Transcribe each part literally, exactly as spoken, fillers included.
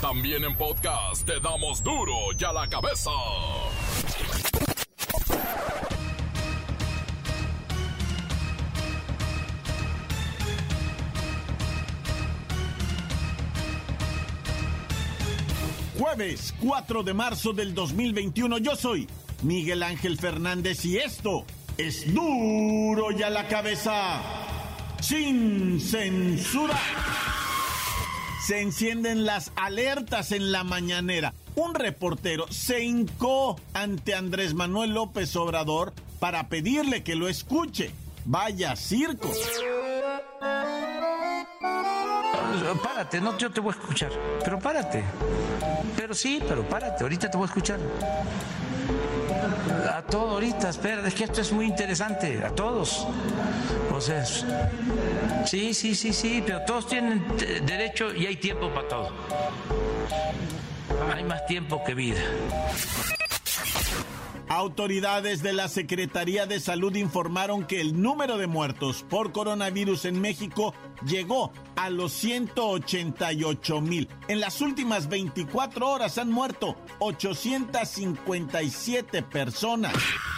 También en podcast te damos duro y a la cabeza. Jueves cuatro de marzo del dos mil veintiuno, yo soy Miguel Ángel Fernández y esto es Duro y a la Cabeza, sin censura. Se encienden las alertas en la mañanera. Un reportero se hincó ante Andrés Manuel López Obrador para pedirle que lo escuche. Vaya circo. Párate, no, yo te voy a escuchar, pero párate. Pero sí, pero párate, ahorita te voy a escuchar. A todo ahorita, espera, es que esto es muy interesante, a todos. O sea, sí, sí, sí, sí, pero todos tienen derecho y hay tiempo para todo. Hay más tiempo que vida. Autoridades de la Secretaría de Salud informaron que el número de muertos por coronavirus en México llegó a los ciento ochenta y ocho mil. En las últimas veinticuatro horas han muerto ochocientas cincuenta y siete personas.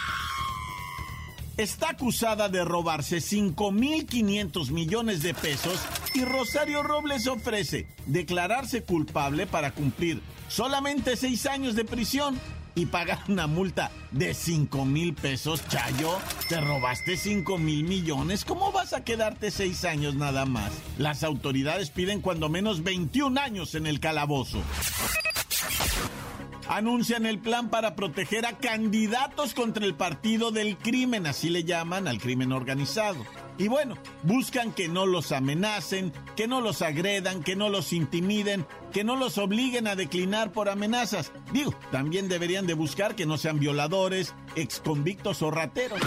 Está acusada de robarse cinco mil quinientos millones de pesos y Rosario Robles ofrece declararse culpable para cumplir solamente seis años de prisión y pagar una multa de cinco mil pesos. Chayo, te robaste cinco mil millones. ¿Cómo vas a quedarte seis años nada más? Las autoridades piden cuando menos veintiún años en el calabozo. Anuncian el plan para proteger a candidatos contra el partido del crimen, así le llaman al crimen organizado. Y bueno, buscan que no los amenacen, que no los agredan, que no los intimiden, que no los obliguen a declinar por amenazas. Digo, también deberían de buscar que no sean violadores, exconvictos o rateros.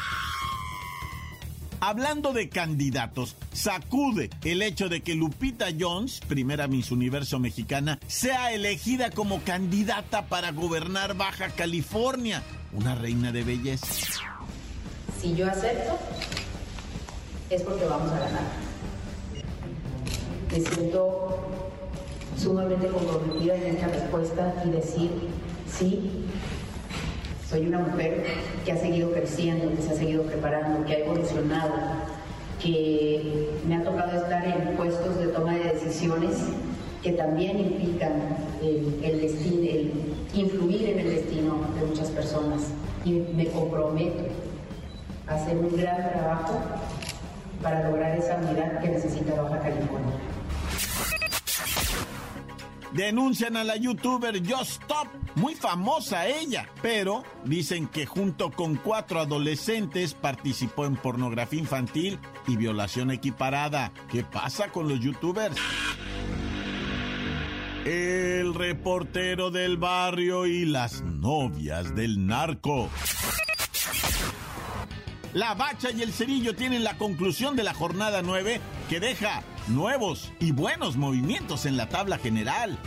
Hablando de candidatos, sacude el hecho de que Lupita Jones, primera Miss Universo mexicana, sea elegida como candidata para gobernar Baja California, una reina de belleza. Si yo acepto, es porque vamos a ganar. Me siento sumamente comprometida en esta respuesta y decir sí. Soy una mujer que ha seguido creciendo, que se ha seguido preparando, que ha evolucionado, que me ha tocado estar en puestos de toma de decisiones que también implican el, el destino, el influir en el destino de muchas personas. Y me comprometo a hacer un gran trabajo para lograr esa unidad que necesita Baja California. Denuncian a la youtuber Just Stop, muy famosa ella, pero dicen que junto con cuatro adolescentes participó en pornografía infantil y violación equiparada. ¿Qué pasa con los youtubers? El reportero del barrio y las novias del narco. La Bacha y el Cerillo tienen la conclusión de la jornada nueve que deja nuevos y buenos movimientos en la tabla general.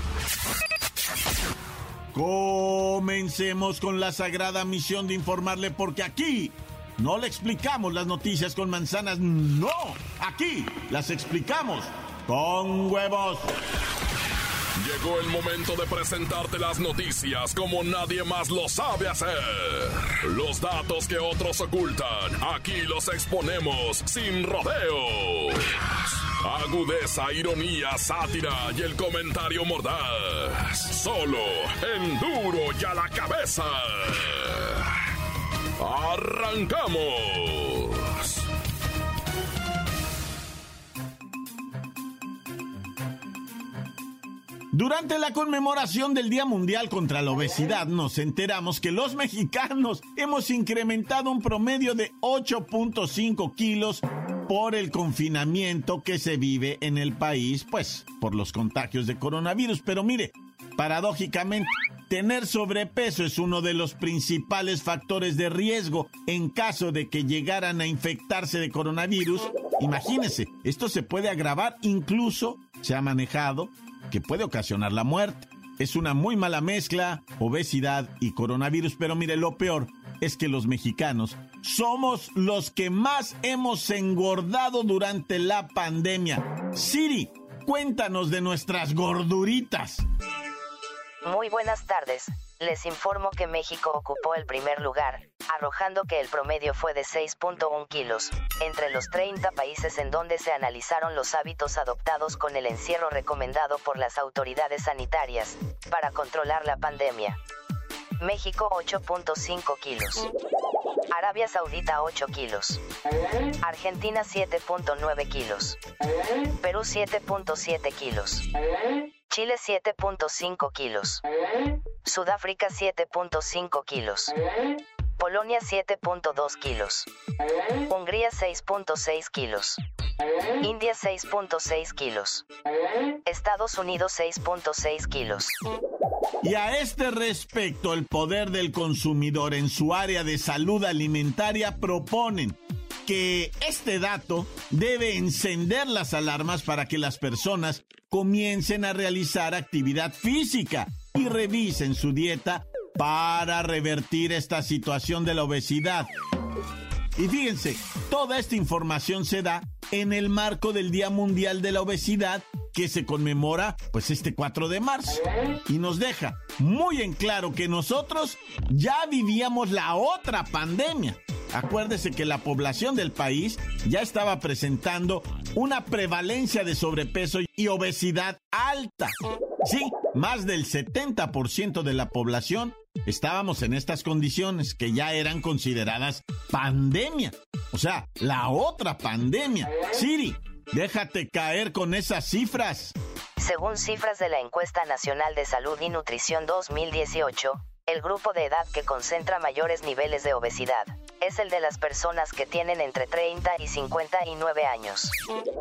Comencemos con la sagrada misión de informarle, porque aquí no le explicamos las noticias con manzanas, no, aquí las explicamos con huevos. Llegó el momento de presentarte las noticias como nadie más lo sabe hacer. Los datos que otros ocultan, aquí los exponemos sin rodeos. Agudeza, ironía, sátira y el comentario mordaz. Solo en Duro y a la Cabeza. ¡Arrancamos! Durante la conmemoración del Día Mundial contra la Obesidad, nos enteramos que los mexicanos hemos incrementado un promedio de ocho punto cinco kilos por el confinamiento que se vive en el país, pues, por los contagios de coronavirus. Pero mire, paradójicamente, tener sobrepeso es uno de los principales factores de riesgo en caso de que llegaran a infectarse de coronavirus. Imagínese, esto se puede agravar, incluso se ha manejado que puede ocasionar la muerte. Es una muy mala mezcla, obesidad y coronavirus, pero mire, lo peor es que los mexicanos somos los que más hemos engordado durante la pandemia. Siri, cuéntanos de nuestras gorduritas. Muy buenas tardes. Les informo que México ocupó el primer lugar, arrojando que el promedio fue de seis punto uno kilos, entre los treinta países en donde se analizaron los hábitos adoptados con el encierro recomendado por las autoridades sanitarias, para controlar la pandemia. México ocho punto cinco kilos. Arabia Saudita ocho kilos. Argentina siete punto nueve kilos. Perú siete punto siete kilos. Chile siete punto cinco kilos. Sudáfrica siete punto cinco kilos. Polonia siete punto dos kilos. Hungría seis punto seis kilos. India seis punto seis kilos. Estados Unidos seis punto seis kilos. Y a este respecto, el Poder del Consumidor en su área de salud alimentaria proponen que este dato debe encender las alarmas para que las personas comiencen a realizar actividad física y revisen su dieta para revertir esta situación de la obesidad. Y fíjense, toda esta información se da en el marco del Día Mundial de la Obesidad, que se conmemora pues este cuatro de marzo, y nos deja muy en claro que nosotros ya vivíamos la otra pandemia. Acuérdese que la población del país ya estaba presentando una prevalencia de sobrepeso y obesidad alta. Sí, más del setenta por ciento de la población estábamos en estas condiciones que ya eran consideradas pandemia. O sea, la otra pandemia. Siri, déjate caer con esas cifras. Según cifras de la Encuesta Nacional de Salud y Nutrición dos mil dieciocho, el grupo de edad que concentra mayores niveles de obesidad es el de las personas que tienen entre treinta y cincuenta y nueve años.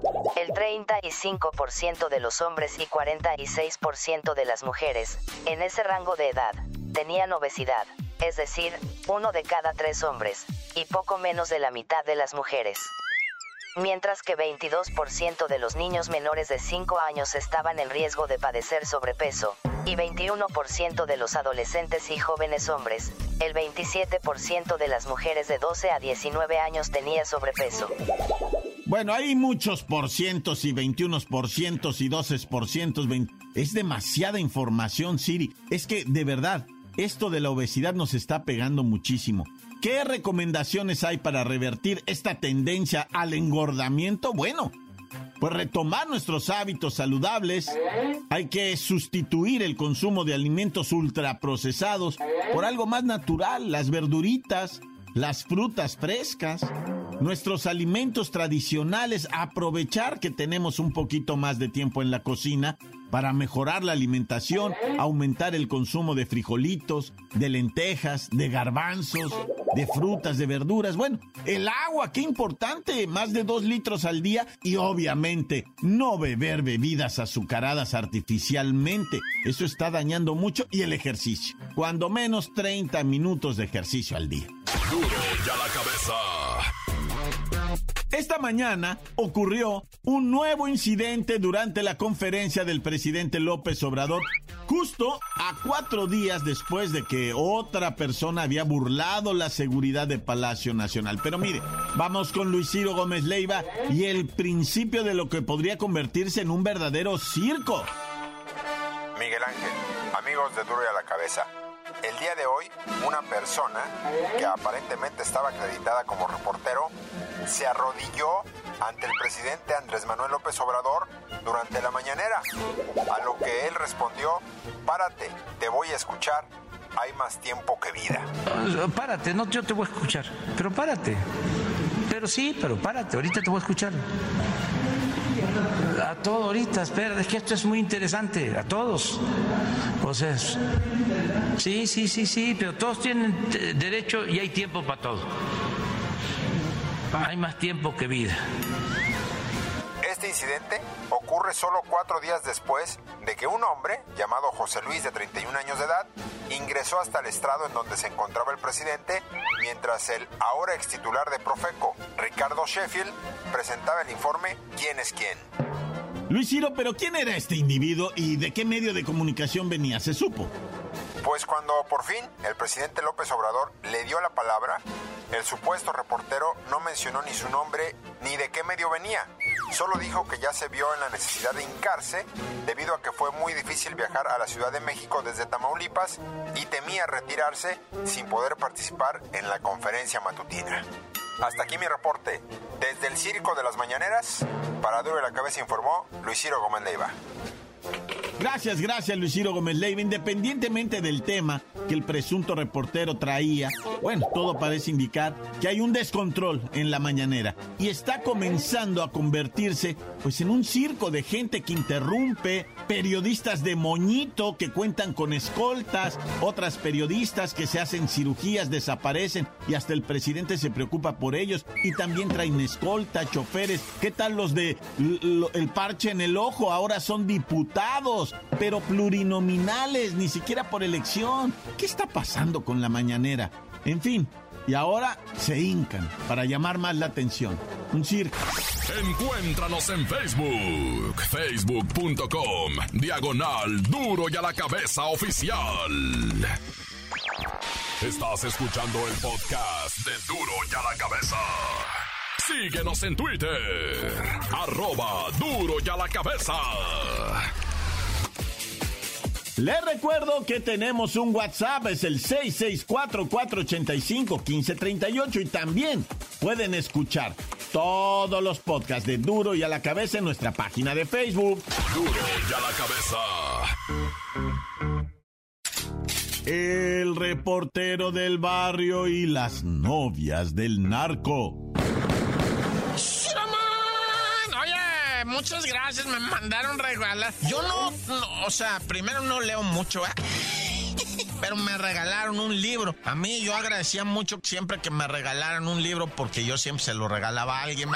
El treinta y cinco por ciento de los hombres y cuarenta y seis por ciento de las mujeres, en ese rango de edad, tenían obesidad, es decir, uno de cada tres hombres, y poco menos de la mitad de las mujeres. Mientras que veintidós por ciento de los niños menores de cinco años estaban en riesgo de padecer sobrepeso, y veintiuno por ciento de los adolescentes y jóvenes hombres, el veintisiete por ciento de las mujeres de doce a diecinueve años tenía sobrepeso. Bueno, hay muchos por cientos y veintiuno por ciento y doce por ciento. Es demasiada información, Siri. Es que, de verdad, esto de la obesidad nos está pegando muchísimo. ¿Qué recomendaciones hay para revertir esta tendencia al engordamiento? Bueno, pues retomar nuestros hábitos saludables. Hay que sustituir el consumo de alimentos ultraprocesados por algo más natural, las verduritas, las frutas frescas, nuestros alimentos tradicionales, aprovechar que tenemos un poquito más de tiempo en la cocina para mejorar la alimentación, aumentar el consumo de frijolitos, de lentejas, de garbanzos, de frutas, de verduras. Bueno, el agua, qué importante, más de dos litros al día, y obviamente no beber bebidas azucaradas artificialmente. Eso está dañando mucho. Y el ejercicio, cuando menos treinta minutos de ejercicio al día. Duro ya la cabeza. Esta mañana ocurrió un nuevo incidente durante la conferencia del presidente López Obrador, justo a cuatro días después de que otra persona había burlado la seguridad de Palacio Nacional. Pero mire, vamos con Luis Ciro Gómez Leiva y el principio de lo que podría convertirse en un verdadero circo. Miguel Ángel, amigos de Duro y a la Cabeza. El día de hoy, una persona que aparentemente estaba acreditada como reportero se arrodilló ante el presidente Andrés Manuel López Obrador durante la mañanera, a lo que él respondió: párate, te voy a escuchar, hay más tiempo que vida. Uh, párate, no, yo te voy a escuchar, pero párate. Pero sí, pero párate, ahorita te voy a escuchar. A todo ahorita, espera, es que esto es muy interesante, a todos. O sea, sí, sí, sí, sí, pero todos tienen derecho y hay tiempo para todo. Hay más tiempo que vida. Este incidente ocurre solo cuatro días después de que un hombre llamado José Luis, de treinta y un años de edad, ingresó hasta el estrado en donde se encontraba el presidente, mientras el ahora extitular de Profeco, Ricardo Sheffield, presentaba el informe ¿Quién es quién? Luis Ciro, ¿pero quién era este individuo y de qué medio de comunicación venía? ¿Se supo? Pues cuando por fin el presidente López Obrador le dio la palabra, El supuesto reportero no mencionó ni su nombre ni de qué medio venía. Solo dijo que ya se vio en la necesidad de hincarse debido a que fue muy difícil viajar a la Ciudad de México desde Tamaulipas y temía retirarse sin poder participar en la conferencia matutina. Hasta aquí mi reporte. Desde el Circo de las Mañaneras, para Duro y la Cabeza informó Luis Ciro Gómez Leiva. Gracias, gracias Luis Ciro Gómez Leiva. Independientemente del tema que el presunto reportero traía, bueno, todo parece indicar que hay un descontrol en la mañanera y está comenzando a convertirse pues en un circo de gente que interrumpe, periodistas de moñito que cuentan con escoltas, otras periodistas que se hacen cirugías, desaparecen y hasta el presidente se preocupa por ellos y también traen escolta, choferes. ¿Qué tal los de l- el parche en el ojo? Ahora son diputados, pero plurinominales, ni siquiera por elección. ¿Qué está pasando con la mañanera? En fin, y ahora se hincan para llamar más la atención. Un circo. Encuéntranos en Facebook, facebook punto com, diagonal Duro y a la Cabeza Oficial. Estás escuchando el podcast de Duro y a la Cabeza. Síguenos en Twitter, arroba Duro y a la Cabeza. Les recuerdo que tenemos un WhatsApp, es el seis seis cuatro, cuatro ocho cinco, uno cinco tres ocho y también pueden escuchar todos los podcasts de Duro y a la Cabeza en nuestra página de Facebook. Duro y a la Cabeza. El reportero del barrio y las novias del narco. Muchas gracias, me mandaron regalar. Yo no, no, o sea, primero no leo mucho, ¿eh? Pero me regalaron un libro. A mí yo agradecía mucho siempre que me regalaran un libro porque yo siempre se lo regalaba a alguien,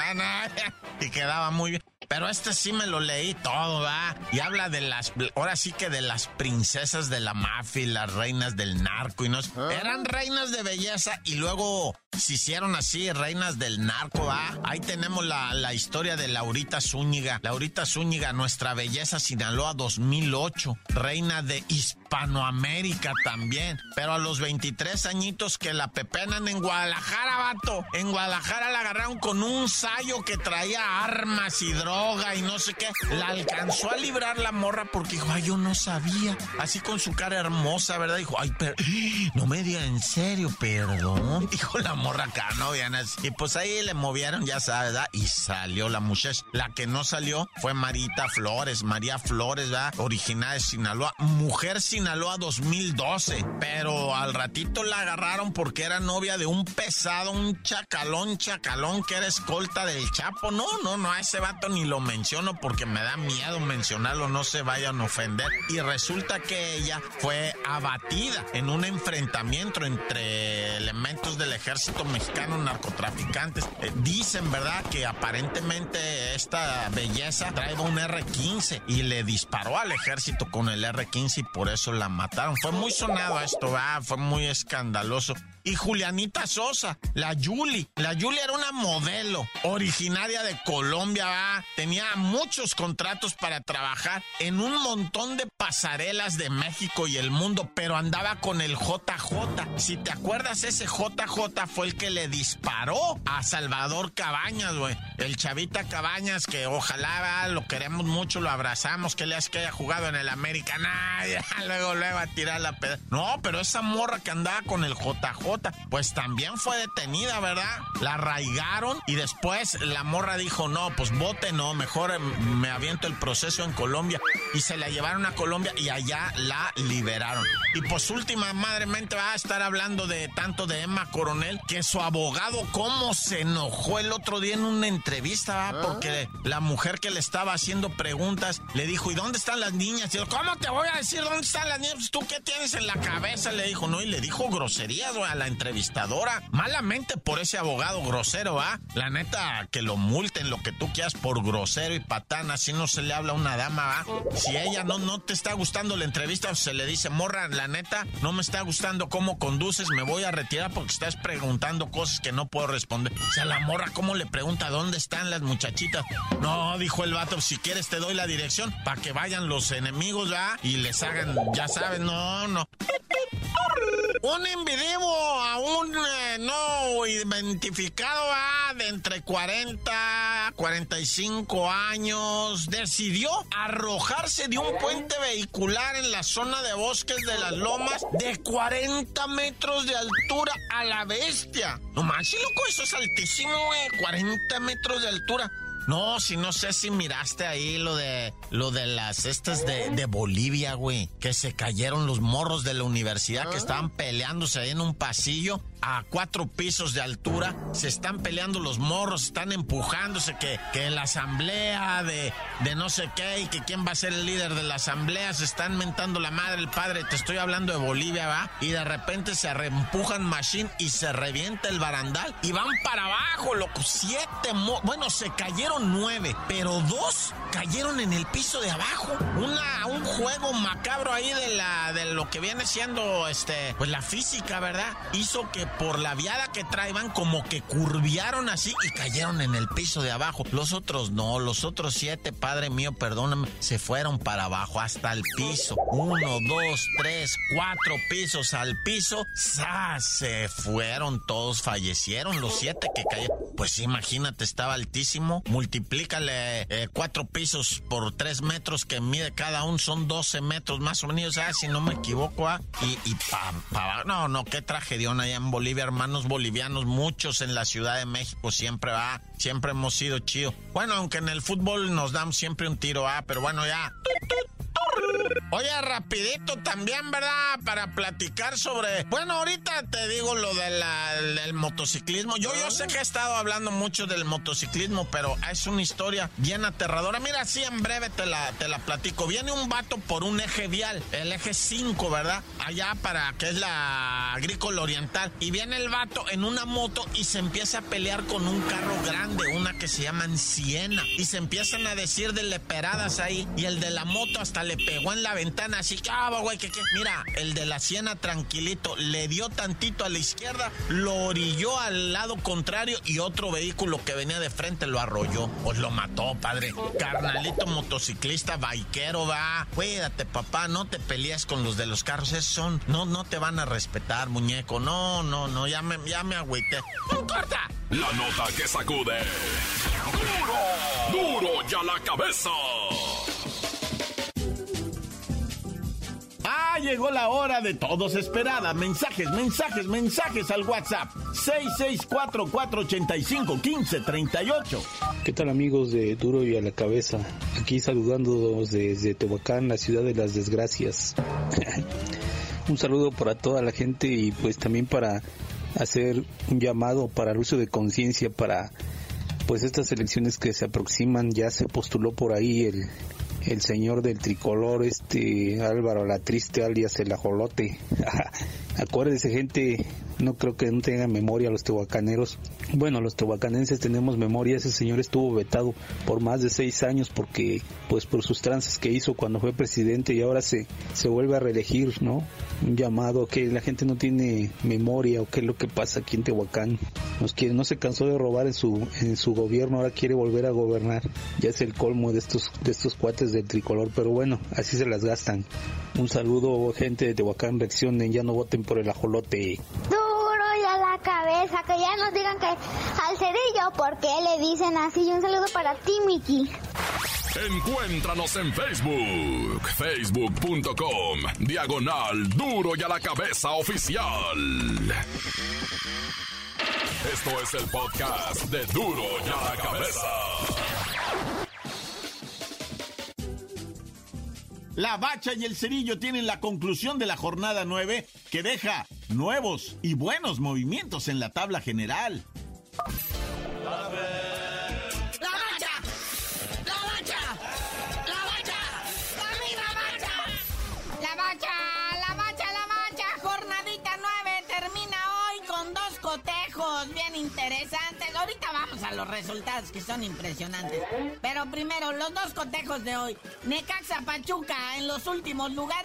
y quedaba muy bien. Pero este sí me lo leí todo, ¿va? Y habla de las, ahora sí que de las princesas de la mafia y las reinas del narco. Y no, ¿Ah? Eran reinas de belleza y luego se hicieron así, reinas del narco, ¿va? Ahí tenemos la, la historia de Laurita Zúñiga. Laurita Zúñiga, nuestra belleza Sinaloa dos mil ocho. Reina de Hispanoamérica también. Pero a los veintitrés añitos que la pepenan en Guadalajara, vato. En Guadalajara la agarraron con un sayo que traía armas y drogas y no sé qué. La alcanzó a librar la morra porque dijo, ay, yo no sabía. Así con su cara hermosa, ¿verdad? Dijo, ay, pero no me diga en serio, perdón. Dijo la morra acá, ¿no? Y pues ahí le movieron, ya sabes, ¿verdad? Y salió la muchacha. La que no salió fue Marita Flores, María Flores, ¿verdad? Originaria de Sinaloa. Mujer Sinaloa dos mil doce. Pero al ratito la agarraron porque era novia de un pesado, un chacalón, chacalón que era escolta del Chapo. No, no, no, a ese vato ni lo menciono porque me da miedo mencionarlo, no se vayan a ofender. Y resulta que ella fue abatida en un enfrentamiento entre elementos del ejército mexicano, narcotraficantes. Eh, dicen, ¿verdad?, que aparentemente esta belleza traía un erre quince y le disparó al ejército con el erre quince y por eso la mataron. Fue muy sonado esto, ¿verdad? Fue muy escandaloso. Y Julianita Sosa, la Yuli. La Yuli era una modelo originaria de Colombia, ¿va? Tenía muchos contratos para trabajar en un montón de pasarelas de México y el mundo, pero andaba con el jota jota. Si te acuerdas, ese jota jota fue el que le disparó a Salvador Cabañas, güey. El chavita Cabañas, que ojalá, ¿va? Lo queremos mucho, lo abrazamos, que le hace que haya jugado en el América. Nah, ya, luego, luego a tirar la peda. No, pero esa morra que andaba con el jota jota, pues también fue detenida, ¿verdad? La arraigaron y después la morra dijo, no, pues vote, no, mejor me aviento el proceso en Colombia. Y se la llevaron a Colombia y allá la liberaron. Y pues última madremente va a estar hablando de tanto de Emma Coronel, que su abogado cómo se enojó el otro día en una entrevista, ¿va? Porque la mujer que le estaba haciendo preguntas le dijo, ¿y dónde están las niñas? Y yo, ¿cómo te voy a decir dónde están las niñas? ¿Tú qué tienes en la cabeza? Le dijo, no, y le dijo groserías, güey, a la entrevistadora. Malamente por ese abogado grosero, ¿va? La neta, que lo multen lo que tú quieras por grosero y patán, así no se le habla a una dama, ¿va? Si ella no, no te está gustando la entrevista, se le dice, morra, la neta, no me está gustando cómo conduces, me voy a retirar porque estás preguntando cosas que no puedo responder. O sea, la morra, ¿cómo le pregunta dónde están las muchachitas? No, dijo el vato, si quieres te doy la dirección para que vayan los enemigos, ¿va? Y les hagan, ya sabes, no, no. Un individuo aún eh, no identificado ah, de entre cuarenta a cuarenta y cinco años decidió arrojarse de un puente vehicular en la zona de Bosques de las Lomas de cuarenta metros de altura a la bestia. No manches, loco, eso es altísimo, güey, cuarenta metros de altura. No, si no sé si miraste ahí lo de lo de las estas de, de Bolivia, güey, que se cayeron los morros de la universidad que estaban peleándose ahí en un pasillo a cuatro pisos de altura, se están peleando los morros, están empujándose, que, que la asamblea de, de no sé qué, y que quién va a ser el líder de la asamblea, se están mentando la madre, el padre, te estoy hablando de Bolivia, ¿va? Y de repente se reempujan machine y se revienta el barandal y van para abajo, loco, siete, mo bueno, se cayeron nueve, pero dos cayeron en el piso de abajo. Una, un juego macabro ahí de la, de lo que viene siendo, este, pues la física, ¿verdad? Hizo que por la viada que traían, como que curviaron así y cayeron en el piso de abajo. Los otros no, los otros siete, padre mío, perdóname, se fueron para abajo, hasta el piso. Uno, dos, tres, cuatro pisos al piso. ¡Sa! Se fueron todos, fallecieron los siete que cayeron. Pues imagínate, estaba altísimo. Multiplícale eh, cuatro pisos por tres metros que mide cada uno, son doce metros más o menos, o sea, si no me equivoco, ¿ah? Y, y pa, pa, no, no, qué tragedión allá en Bolivia, hermanos bolivianos, muchos en la Ciudad de México, siempre va, ah, siempre hemos sido chido. Bueno, aunque en el fútbol nos damos siempre un tiro, ah, pero bueno, ya. Oye, rapidito también, ¿verdad? Para platicar sobre... Bueno, ahorita te digo lo de la, del motociclismo. Yo, yo sé que he estado hablando mucho del motociclismo, pero es una historia bien aterradora. Mira, así en breve te la, te la platico. Viene un vato por un eje vial, el eje cinco, ¿verdad? Allá para, que es la Agrícola Oriental. Y viene el vato en una moto y se empieza a pelear con un carro grande, una que se llaman Siena. Y se empiezan a decir de leperadas ahí. Y el de la moto hasta le pegó en la ventana, así que, ah, güey, que, que, mira, el de la Siena tranquilito, le dio tantito a la izquierda, lo orilló al lado contrario y otro vehículo que venía de frente lo arrolló, pues lo mató, padre. Carnalito motociclista, baiquero, va, cuídate, papá, no te pelees con los de los carros, esos son, no, no te van a respetar, muñeco, no, no, no, ya me, ya me agüité. ¡Corta! La nota que sacude. ¡Duro! ¡Duro ya la cabeza! Ah, llegó la hora de todos esperada. Mensajes, mensajes, mensajes al WhatsApp. seis seis cuatro, cuatro ocho cinco, uno cinco tres ocho. ¿Qué tal, amigos de Duro y a la Cabeza? Aquí saludándonos desde Tehuacán, la ciudad de las desgracias. Un saludo para toda la gente y pues también para hacer un llamado para el uso de conciencia para pues estas elecciones que se aproximan. Ya se postuló por ahí el... el señor del tricolor, este Álvaro Alatriste, alias el ajolote. Acuérdense, gente, no creo que no tengan memoria los tehuacaneros. Bueno, los tehuacanenses tenemos memoria. Ese señor estuvo vetado por más de seis años porque, pues, por sus tranzas que hizo cuando fue presidente, y ahora se, se vuelve a reelegir, ¿no? Un llamado que la gente no tiene memoria, o qué es lo que pasa aquí en Tehuacán. Nos quiere, no se cansó de robar en su, en su gobierno, ahora quiere volver a gobernar. Ya es el colmo de estos, de estos cuates del tricolor, pero bueno, así se las gastan. Un saludo, gente de Tehuacán, reaccionen, ya no voten por el ajolote. Duro y a la cabeza, que ya nos digan que al cerillo, ¿por qué le dicen así? Y un saludo para ti, Miki. Encuéntranos en Facebook, facebook punto com, diagonal Duro y a la Cabeza Oficial. Esto es el podcast de Duro y a la Cabeza. La Bacha y el Cerillo tienen la conclusión de la jornada nueve, que deja nuevos y buenos movimientos en la tabla general. ¡La Bacha! ¡La Bacha! ¡La Bacha! ¡Arriba, Bacha! La Bacha, la Bacha, la Bacha, jornadita nueve termina hoy con dos cotejos bien interesantes. Ahorita vamos a los resultados, que son impresionantes. Pero primero, los dos cotejos de hoy. Necaxa Pachuca en los últimos lugares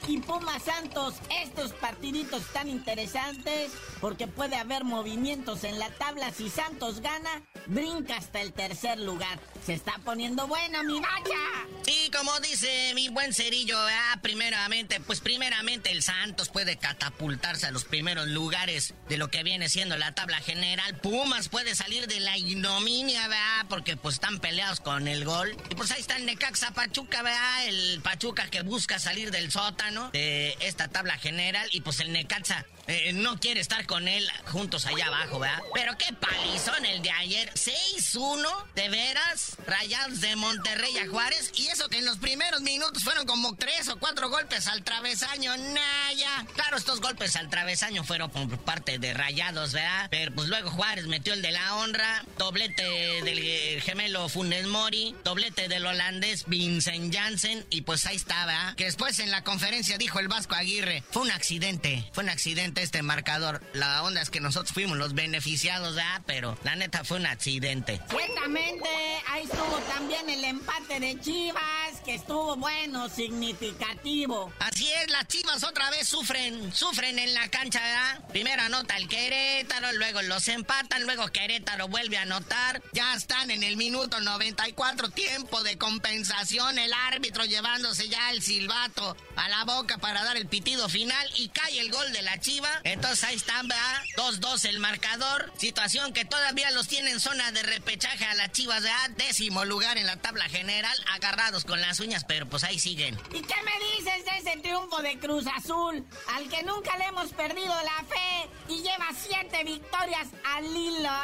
y Pumas Santos, estos partiditos tan interesantes porque puede haber movimientos en la tabla. Si Santos gana, brinca hasta el tercer lugar. Se está poniendo bueno, mi Bacha. Sí, como dice mi buen Cerillo, ¿verdad? Primeramente, pues primeramente el Santos puede catapultarse a los primeros lugares de lo que viene siendo la tabla general. Pumas puede salir de la ignominia, ¿verdad? Porque pues están peleados con el gol. Y pues ahí está el Necaxa Pachuca, ¿verdad? El Pachuca que busca salir del sótano de esta tabla general. Y pues el Necaxa eh, no quiere estar con él juntos allá abajo, ¿verdad? Pero qué palizón el de ayer. seis uno, de veras, Rayados de Monterrey a Juárez. Y eso que en los primeros minutos fueron como tres o cuatro golpes al travesaño. Naya. Claro, estos golpes al travesaño fueron por parte de Rayados, ¿verdad? Pero pues luego Juárez metió el de la honra, doblete del gemelo Funes Mori, doblete del holandés Vincent Janssen, y pues ahí estaba, que después en la conferencia dijo el Vasco Aguirre, fue un accidente, fue un accidente este marcador. La onda es que nosotros fuimos los beneficiados, ¿verdad? Pero la neta fue un accidente. Ciertamente, ahí estuvo también el empate de Chivas, que estuvo bueno, significativo. Así es, las Chivas otra vez sufren, sufren en la cancha, ¿verdad? Primero anota el Querétaro, luego los empatan, luego Querétaro vuelve a anotar. Ya están en el minuto noventa y cuatro, tiempo de compensación, el árbitro llevándose ya el silbato a la boca para dar el pitido final y cae el gol de la Chiva. Entonces ahí están, ¿verdad? dos dos el marcador, situación que todavía los tiene en zona de repechaje a las Chivas, ¿verdad? Décimo lugar en la tabla general, agarrados con las uñas, pero pues ahí siguen. ¿Y qué me dices de ese triunfo de Cruz Azul, al que nunca le hemos perdido la fe y lleva siete victorias al hilo,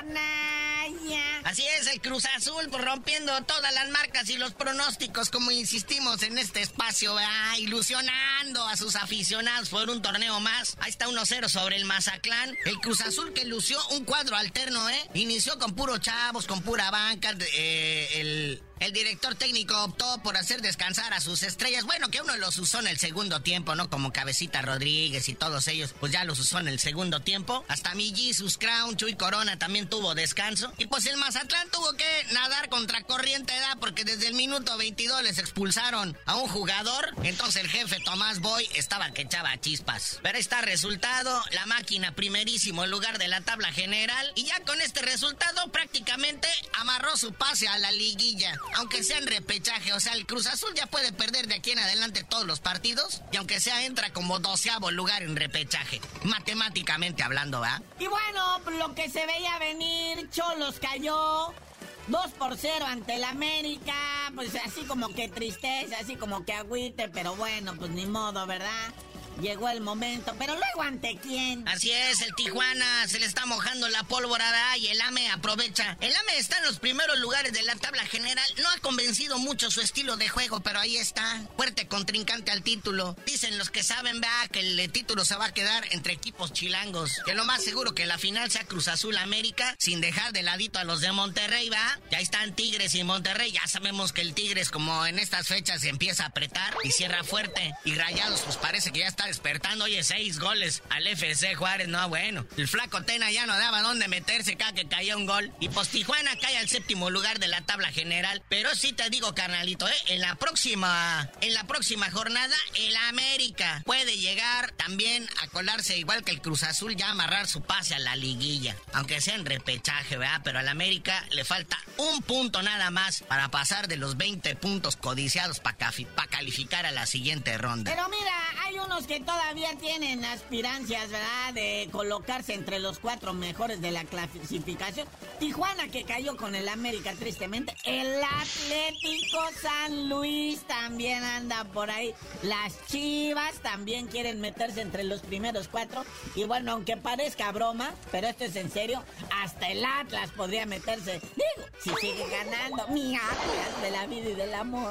Naya? Así es, el Cruz Azul pues, rompiendo todas las marcas y los pronósticos, como insistimos en este espacio, ¿verdad? Ilusionando a sus aficionados por un torneo más. Ahí está uno cero sobre el Mazatlán. El Cruz Azul que lució un cuadro alterno, ¿eh? Inició con puros chavos, con pura banca, eh, el... El director técnico optó por hacer descansar a sus estrellas. Bueno, que uno los usó en el segundo tiempo, ¿no? Como Cabecita Rodríguez y todos ellos, pues ya los usó en el segundo tiempo. Hasta mi Jesus Crown, Chuy Corona también tuvo descanso. Y pues el Mazatlán tuvo que nadar contra corriente, ¿verdad? Porque desde el minuto veintidós les expulsaron a un jugador. Entonces el jefe Tomás Boy estaba que echaba chispas. Pero ahí está el resultado. La máquina primerísimo lugar de la tabla general. Y ya con este resultado prácticamente amarró su pase a la liguilla. Aunque sea en repechaje, o sea, el Cruz Azul ya puede perder de aquí en adelante todos los partidos, y aunque sea entra como doceavo lugar en repechaje, matemáticamente hablando, ¿va? Y bueno, lo que se veía venir, Cholos cayó dos por cero ante el América, pues así como que tristeza, así como que agüite, pero bueno, pues ni modo, ¿verdad? Llegó el momento, pero luego ¿ante quién? Así es, el Tijuana se le está mojando la pólvora, ¿verdad? Y el A M E aprovecha. El A M E está en los primeros lugares de la tabla general. No ha convencido mucho su estilo de juego, pero ahí está. Fuerte contrincante al título. Dicen los que saben, ¿verdad? Que el título se va a quedar entre equipos chilangos. Que lo más seguro que la final sea Cruz Azul América, sin dejar de ladito a los de Monterrey, ¿verdad? Ya están Tigres y Monterrey. Ya sabemos que el Tigres, como en estas fechas, se empieza a apretar y cierra fuerte. Y Rayados, pues parece que ya está despertando. Oye, seis goles al F C Juárez, no, bueno. El flaco Tena ya no daba dónde meterse cada que caía un gol. Y pues Tijuana cae al séptimo lugar de la tabla general. Pero sí te digo, carnalito, ¿eh? En la próxima, en la próxima jornada, el América puede llegar también a colarse, igual que el Cruz Azul, ya amarrar su pase a la liguilla. Aunque sea en repechaje, ¿verdad? Pero al América le falta un punto nada más para pasar de los veinte puntos codiciados para pa calificar a la siguiente ronda. Pero mira, hay unos que todavía tienen aspirancias, ¿verdad? De colocarse entre los cuatro mejores de la clasificación. Tijuana, que cayó con el América, tristemente. El Atlético San Luis también anda por ahí. Las Chivas también quieren meterse entre los primeros cuatro. Y bueno, aunque parezca broma, pero esto es en serio, hasta el Atlas podría meterse. Digo, si sigue ganando, mi Atlas de la vida y del amor.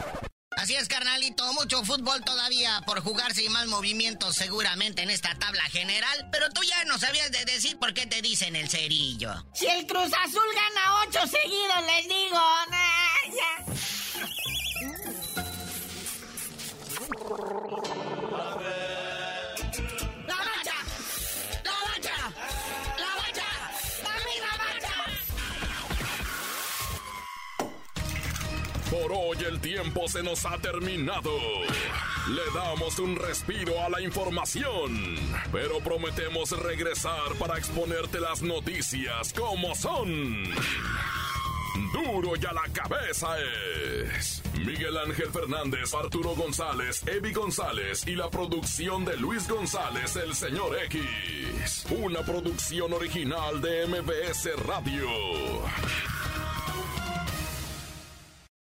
Así es, carnalito, mucho fútbol todavía por jugarse y más movimientos seguramente en esta tabla general, pero tú ya no sabías de decir por qué te dicen el Cerillo. Si el Cruz Azul gana ocho seguidos, les digo, nah, ya. ¡La Bacha! ¡La Bacha! ¡La Bacha! ¡Dame la Bacha! Por hoy el tiempo se nos ha terminado. Le damos un respiro a la información, pero prometemos regresar para exponerte las noticias como son. Duro y a la cabeza es Miguel Ángel Fernández, Arturo González, Evi González y la producción de Luis González, el señor X. Una producción original de M B S Radio.